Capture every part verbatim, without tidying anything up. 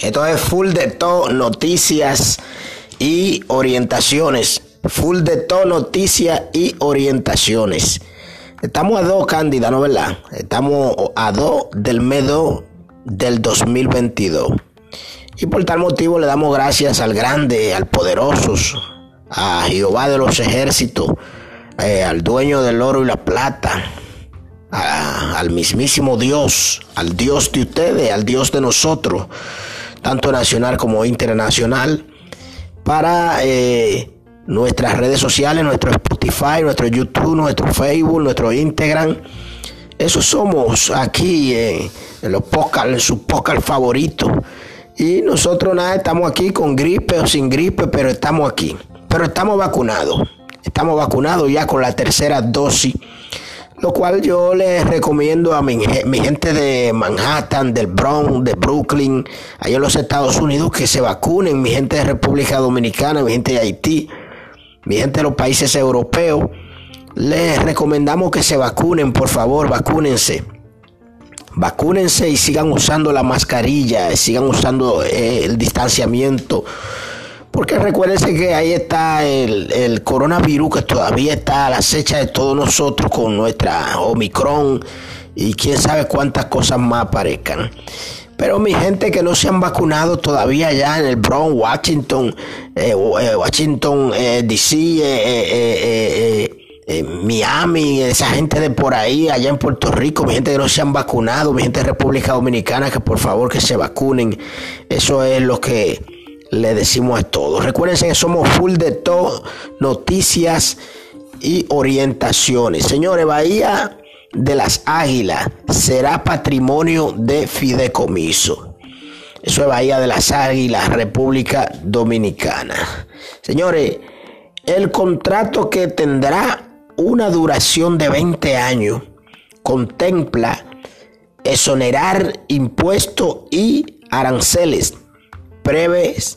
Esto es full de todo, noticias y orientaciones. Full de todo, noticias y orientaciones. Estamos a dos, Cándida, ¿no verdad? Estamos a dos del mes dos del dos mil veintidós. Y por tal motivo le damos gracias al grande, al poderoso, a Jehová de los ejércitos, eh, al dueño del oro y la plata, a, al mismísimo Dios, al Dios de ustedes, al Dios de nosotros, tanto nacional como internacional, para eh, nuestras redes sociales, nuestro Spotify, nuestro YouTube, nuestro Facebook, nuestro Instagram. Eso somos aquí eh, en los podcasts, en su podcast favorito. Y nosotros nada, estamos aquí con gripe o sin gripe, pero estamos aquí. Pero estamos vacunados. Estamos vacunados ya con la tercera dosis. Lo cual yo les recomiendo a mi, mi gente de Manhattan, del Bronx, de Brooklyn, allá en los Estados Unidos, que se vacunen. Mi gente de República Dominicana, mi gente de Haití, mi gente de los países europeos. Les recomendamos que se vacunen, por favor, vacúnense. Vacúnense y sigan usando la mascarilla, sigan usando eh, el distanciamiento. Porque recuérdense que ahí está el, el coronavirus que todavía está a la acecha de todos nosotros con nuestra Omicron y quién sabe cuántas cosas más aparezcan. Pero mi gente que no se han vacunado todavía allá en el Bronx, Washington, eh, eh, Washington, eh, D C, eh, eh, eh, eh, eh, Miami, esa gente de por ahí, allá en Puerto Rico, mi gente que no se han vacunado, mi gente de República Dominicana, que por favor que se vacunen. Eso es lo que le decimos a todos. Recuerden que somos full de todo, noticias y orientaciones. Señores, Bahía de las Águilas será patrimonio de fideicomiso. Eso es Bahía de las Águilas, República Dominicana. Señores, el contrato, que tendrá una duración de veinte años, contempla exonerar impuestos y aranceles, preves,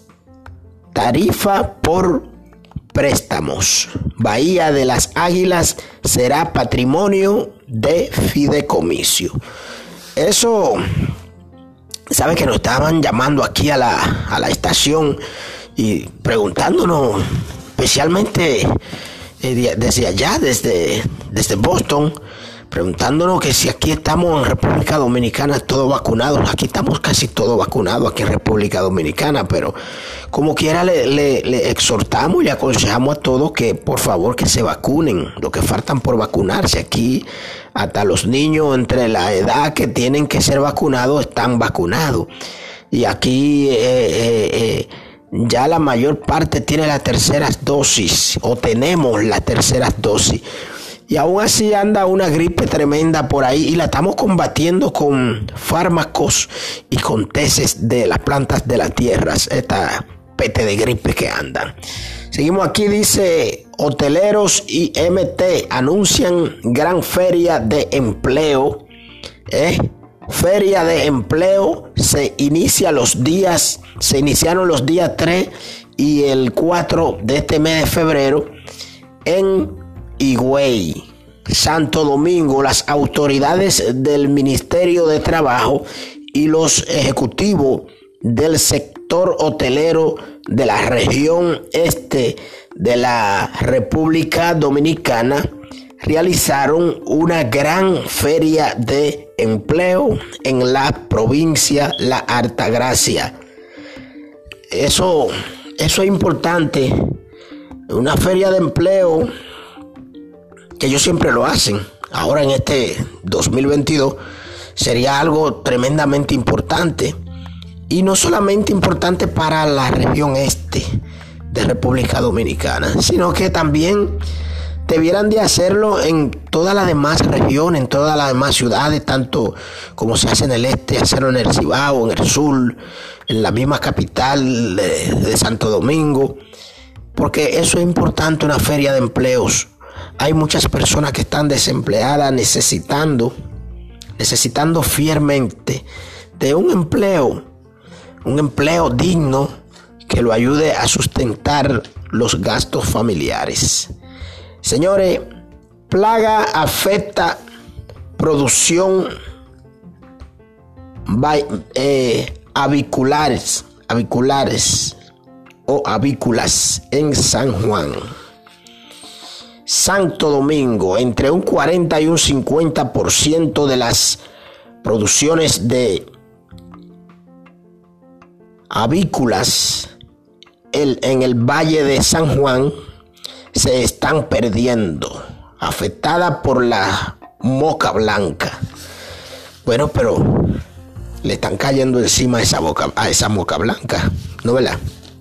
tarifa por préstamos. Bahía de las Águilas será patrimonio de fideicomiso. Eso, sabe que nos estaban llamando aquí a la, a la estación y preguntándonos, especialmente eh, desde allá, desde, desde Boston, preguntándonos que si aquí estamos en República Dominicana todos vacunados. Aquí estamos casi todos vacunados aquí en República Dominicana, pero como quiera le, le, le exhortamos y le aconsejamos a todos que por favor que se vacunen, lo que faltan por vacunarse. Aquí hasta los niños entre la edad que tienen que ser vacunados están vacunados. Y aquí eh, eh, eh, ya la mayor parte tiene la tercera dosis, o tenemos la tercera dosis. Y aún así anda una gripe tremenda por ahí y la estamos combatiendo con fármacos y con teces de las plantas de la tierra. Esta pete de gripe que andan. Seguimos aquí, dice: hoteleros y M T anuncian gran feria de empleo. ¿Eh? Feria de empleo se inicia los días, se iniciaron los días tres y el cuatro de este mes de febrero en Higüey, Santo Domingo. Las autoridades del Ministerio de Trabajo y los ejecutivos del sector hotelero de la región este de la República Dominicana realizaron una gran feria de empleo en la provincia La Altagracia. Eso, eso es importante. Una feria de empleo que ellos siempre lo hacen. Ahora en este dos mil veintidós sería algo tremendamente importante. Y no solamente importante para la región este de República Dominicana, sino que también debieran de hacerlo en todas las demás regiones, en todas las demás ciudades, tanto como se hace en el este, hacerlo en el Cibao, en el sur, en la misma capital de, de Santo Domingo, porque eso es importante, una feria de empleos. Hay muchas personas que están desempleadas, necesitando, necesitando fielmente de un empleo, un empleo digno que lo ayude a sustentar los gastos familiares. Señores, plaga afecta producción eh, aviculares, aviculares o avícolas en San Juan. Santo Domingo, entre un cuarenta y un cincuenta por ciento de las producciones de avícolas el, en el Valle de San Juan se están perdiendo, afectada por la moca blanca. Bueno, pero le están cayendo encima a esa, boca, a esa moca blanca, ¿no, verdad?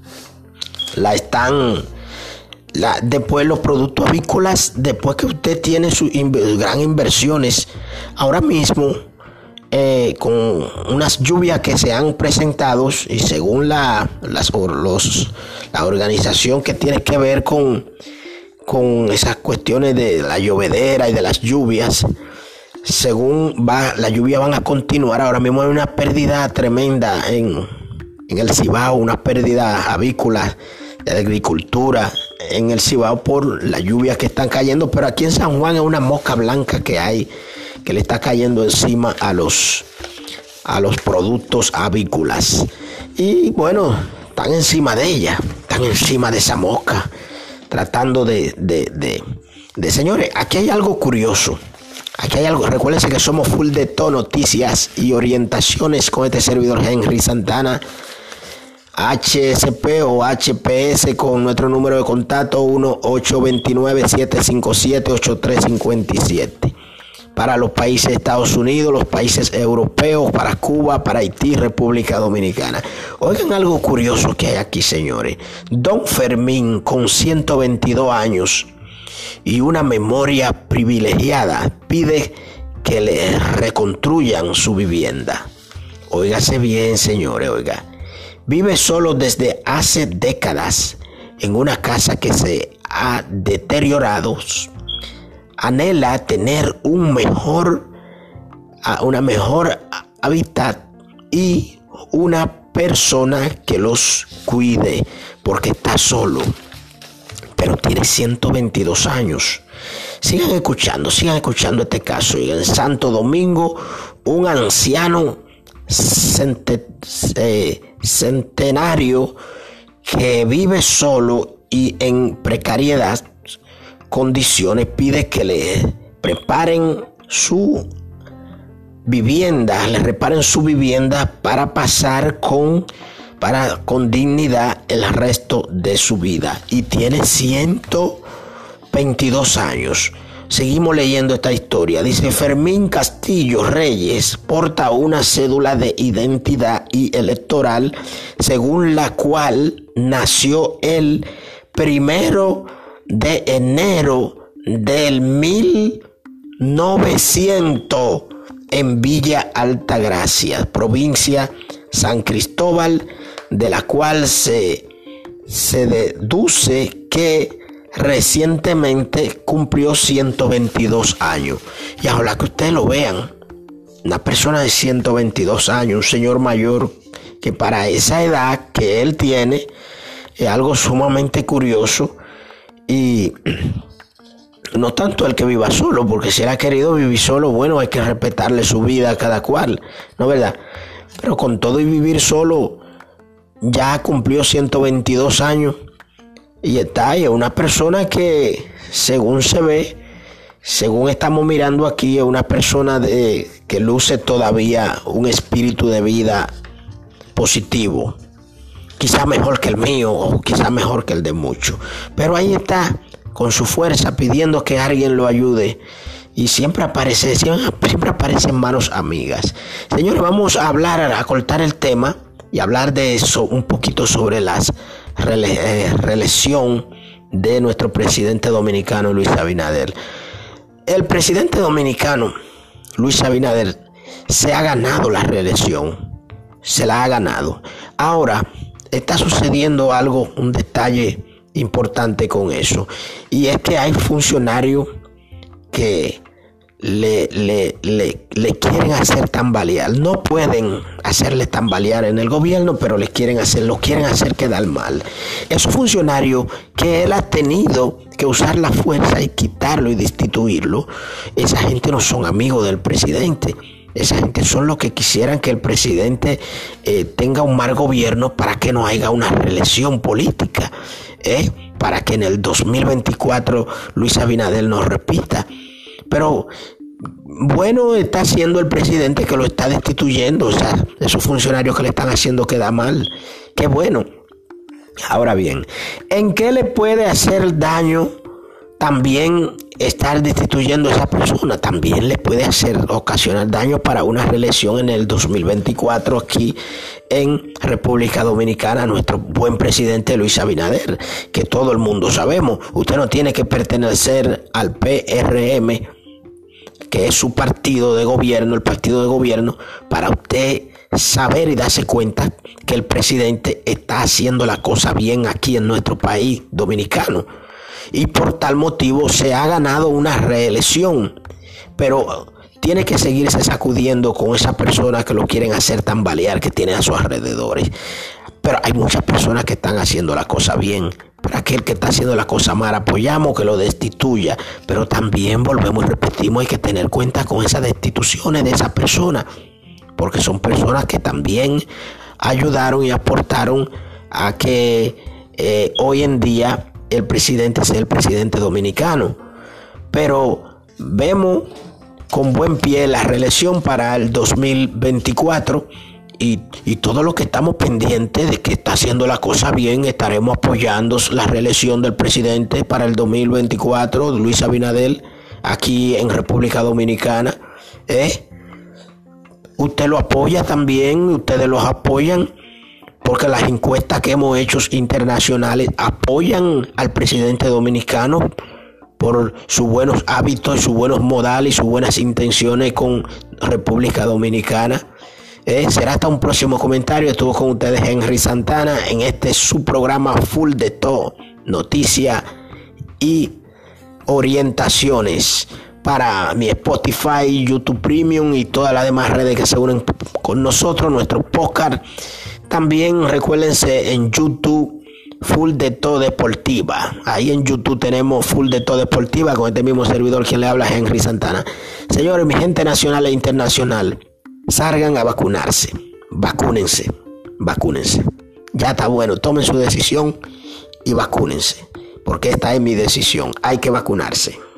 La están, la, después los productos avícolas, después que usted tiene sus inv- gran inversiones, ahora mismo, eh, con unas lluvias que se han presentado, y según la, las, los, la organización que tiene que ver con, con esas cuestiones de la llovedera y de las lluvias, según va, la lluvia van a continuar. Ahora mismo hay una pérdida tremenda en, en el Cibao, una pérdida avícola de la agricultura en el Cibao por las lluvias que están cayendo, pero aquí en San Juan es una mosca blanca que hay, que le está cayendo encima a los, a los productos avícolas. Y bueno, están encima de ella, están encima de esa mosca, tratando de, de, de, de señores, aquí hay algo curioso. Aquí hay algo, recuérdense que somos full de todo, noticias y orientaciones con este servidor Henry Santana, H S P o H P S, con nuestro número de contacto uno ocho dos nueve, siete cinco siete, ocho tres cinco siete. Para los países de Estados Unidos, los países europeos, para Cuba, para Haití, República Dominicana. Oigan algo curioso que hay aquí, señores. Don Fermín, con ciento veintidós años y una memoria privilegiada, pide que le reconstruyan su vivienda. Óigase bien, señores, oiga. Vive solo desde hace décadas en una casa que se ha deteriorado. Anhela tener un mejor, una mejor hábitat y una persona que los cuide, porque está solo. Pero tiene ciento veintidós años. Sigan escuchando, sigan escuchando este caso. Y en Santo Domingo, un anciano cente, eh, centenario que vive solo y en precariedad condiciones pide que le preparen su vivienda, le reparen su vivienda para pasar con para con dignidad el resto de su vida, y tiene ciento veintidós años. Seguimos leyendo esta historia. Dice: Fermín Castillo Reyes porta una cédula de identidad y electoral según la cual nació el primero de enero del mil novecientos en Villa Altagracia, provincia San Cristóbal, de la cual se, se deduce que recientemente cumplió ciento veintidós años. Y ojalá que ustedes lo vean, una persona de ciento veintidós años, un señor mayor, que para esa edad que él tiene es algo sumamente curioso. Y no tanto el que viva solo, porque si él ha querido vivir solo, bueno, hay que respetarle su vida a cada cual, ¿no, verdad? Pero con todo y vivir solo, ya cumplió ciento veintidós años y está ahí. Es una persona que, según se ve, según estamos mirando aquí, es una persona de, que luce todavía un espíritu de vida positivo. Quizá mejor que el mío, o quizá mejor que el de muchos. Pero ahí está, con su fuerza, pidiendo que alguien lo ayude. Y siempre aparece, siempre, siempre aparecen manos amigas. Señores, vamos a hablar, a cortar el tema y hablar de eso un poquito sobre la rele, eh, reelección de nuestro presidente dominicano, Luis Abinader. El presidente dominicano, Luis Abinader, se ha ganado la reelección. Se la ha ganado. Ahora, está sucediendo algo, un detalle importante con eso. Y es que hay funcionarios que le, le, le, le quieren hacer tambalear. No pueden hacerle tambalear en el gobierno, pero les quieren hacer, lo quieren hacer quedar mal. Esos funcionarios que él ha tenido que usar la fuerza y quitarlo y destituirlo, esa gente no son amigos del presidente. Esa gente son los que quisieran que el presidente eh, tenga un mal gobierno para que no haya una reelección política, ¿eh? Para que en el dos mil veinticuatro Luis Abinader nos repita. Pero bueno está haciendo el presidente que lo está destituyendo, o sea, esos funcionarios que le están haciendo queda mal. Qué bueno. Ahora bien, ¿en qué le puede hacer daño también estar destituyendo a esa persona? También le puede hacer, ocasionar daño para una reelección en el dos mil veinticuatro aquí en República Dominicana a nuestro buen presidente Luis Abinader, que todo el mundo sabemos. Usted no tiene que pertenecer al P R M, que es su partido de gobierno, el partido de gobierno, para usted saber y darse cuenta que el presidente está haciendo la cosa bien aquí en nuestro país dominicano. Y por tal motivo se ha ganado una reelección, pero tiene que seguirse sacudiendo con esas personas que lo quieren hacer tambalear, que tienen a sus alrededores. Pero hay muchas personas que están haciendo la cosa bien. Para aquel que está haciendo la cosa mal, apoyamos que lo destituya, pero también volvemos y repetimos, hay que tener cuenta con esas destituciones de esas personas, porque son personas que también ayudaron y aportaron a que eh, hoy en día el presidente sea el presidente dominicano. Pero vemos con buen pie la reelección para el dos mil veinticuatro y, y todo lo que estamos pendientes de que está haciendo la cosa bien, estaremos apoyando la reelección del presidente para el dos mil veinticuatro, Luis Abinader, aquí en República Dominicana. ¿eh? Usted lo apoya también, ustedes los apoyan, porque las encuestas que hemos hecho internacionales apoyan al presidente dominicano por sus buenos hábitos, sus buenos modales y sus buenas intenciones con República Dominicana. Eh, será hasta un próximo comentario. Estuvo con ustedes Henry Santana en este su programa Full de Todo, noticias y orientaciones para mi Spotify, YouTube Premium y todas las demás redes que se unen con nosotros, nuestro podcast. También recuérdense en YouTube Full de Todo Deportiva. Ahí en YouTube tenemos Full de Todo Deportiva con este mismo servidor quien le habla, Henry Santana. Señores, mi gente nacional e internacional, salgan a vacunarse. Vacúnense. Vacúnense. Ya está bueno. Tomen su decisión y vacúnense. Porque esta es mi decisión. Hay que vacunarse.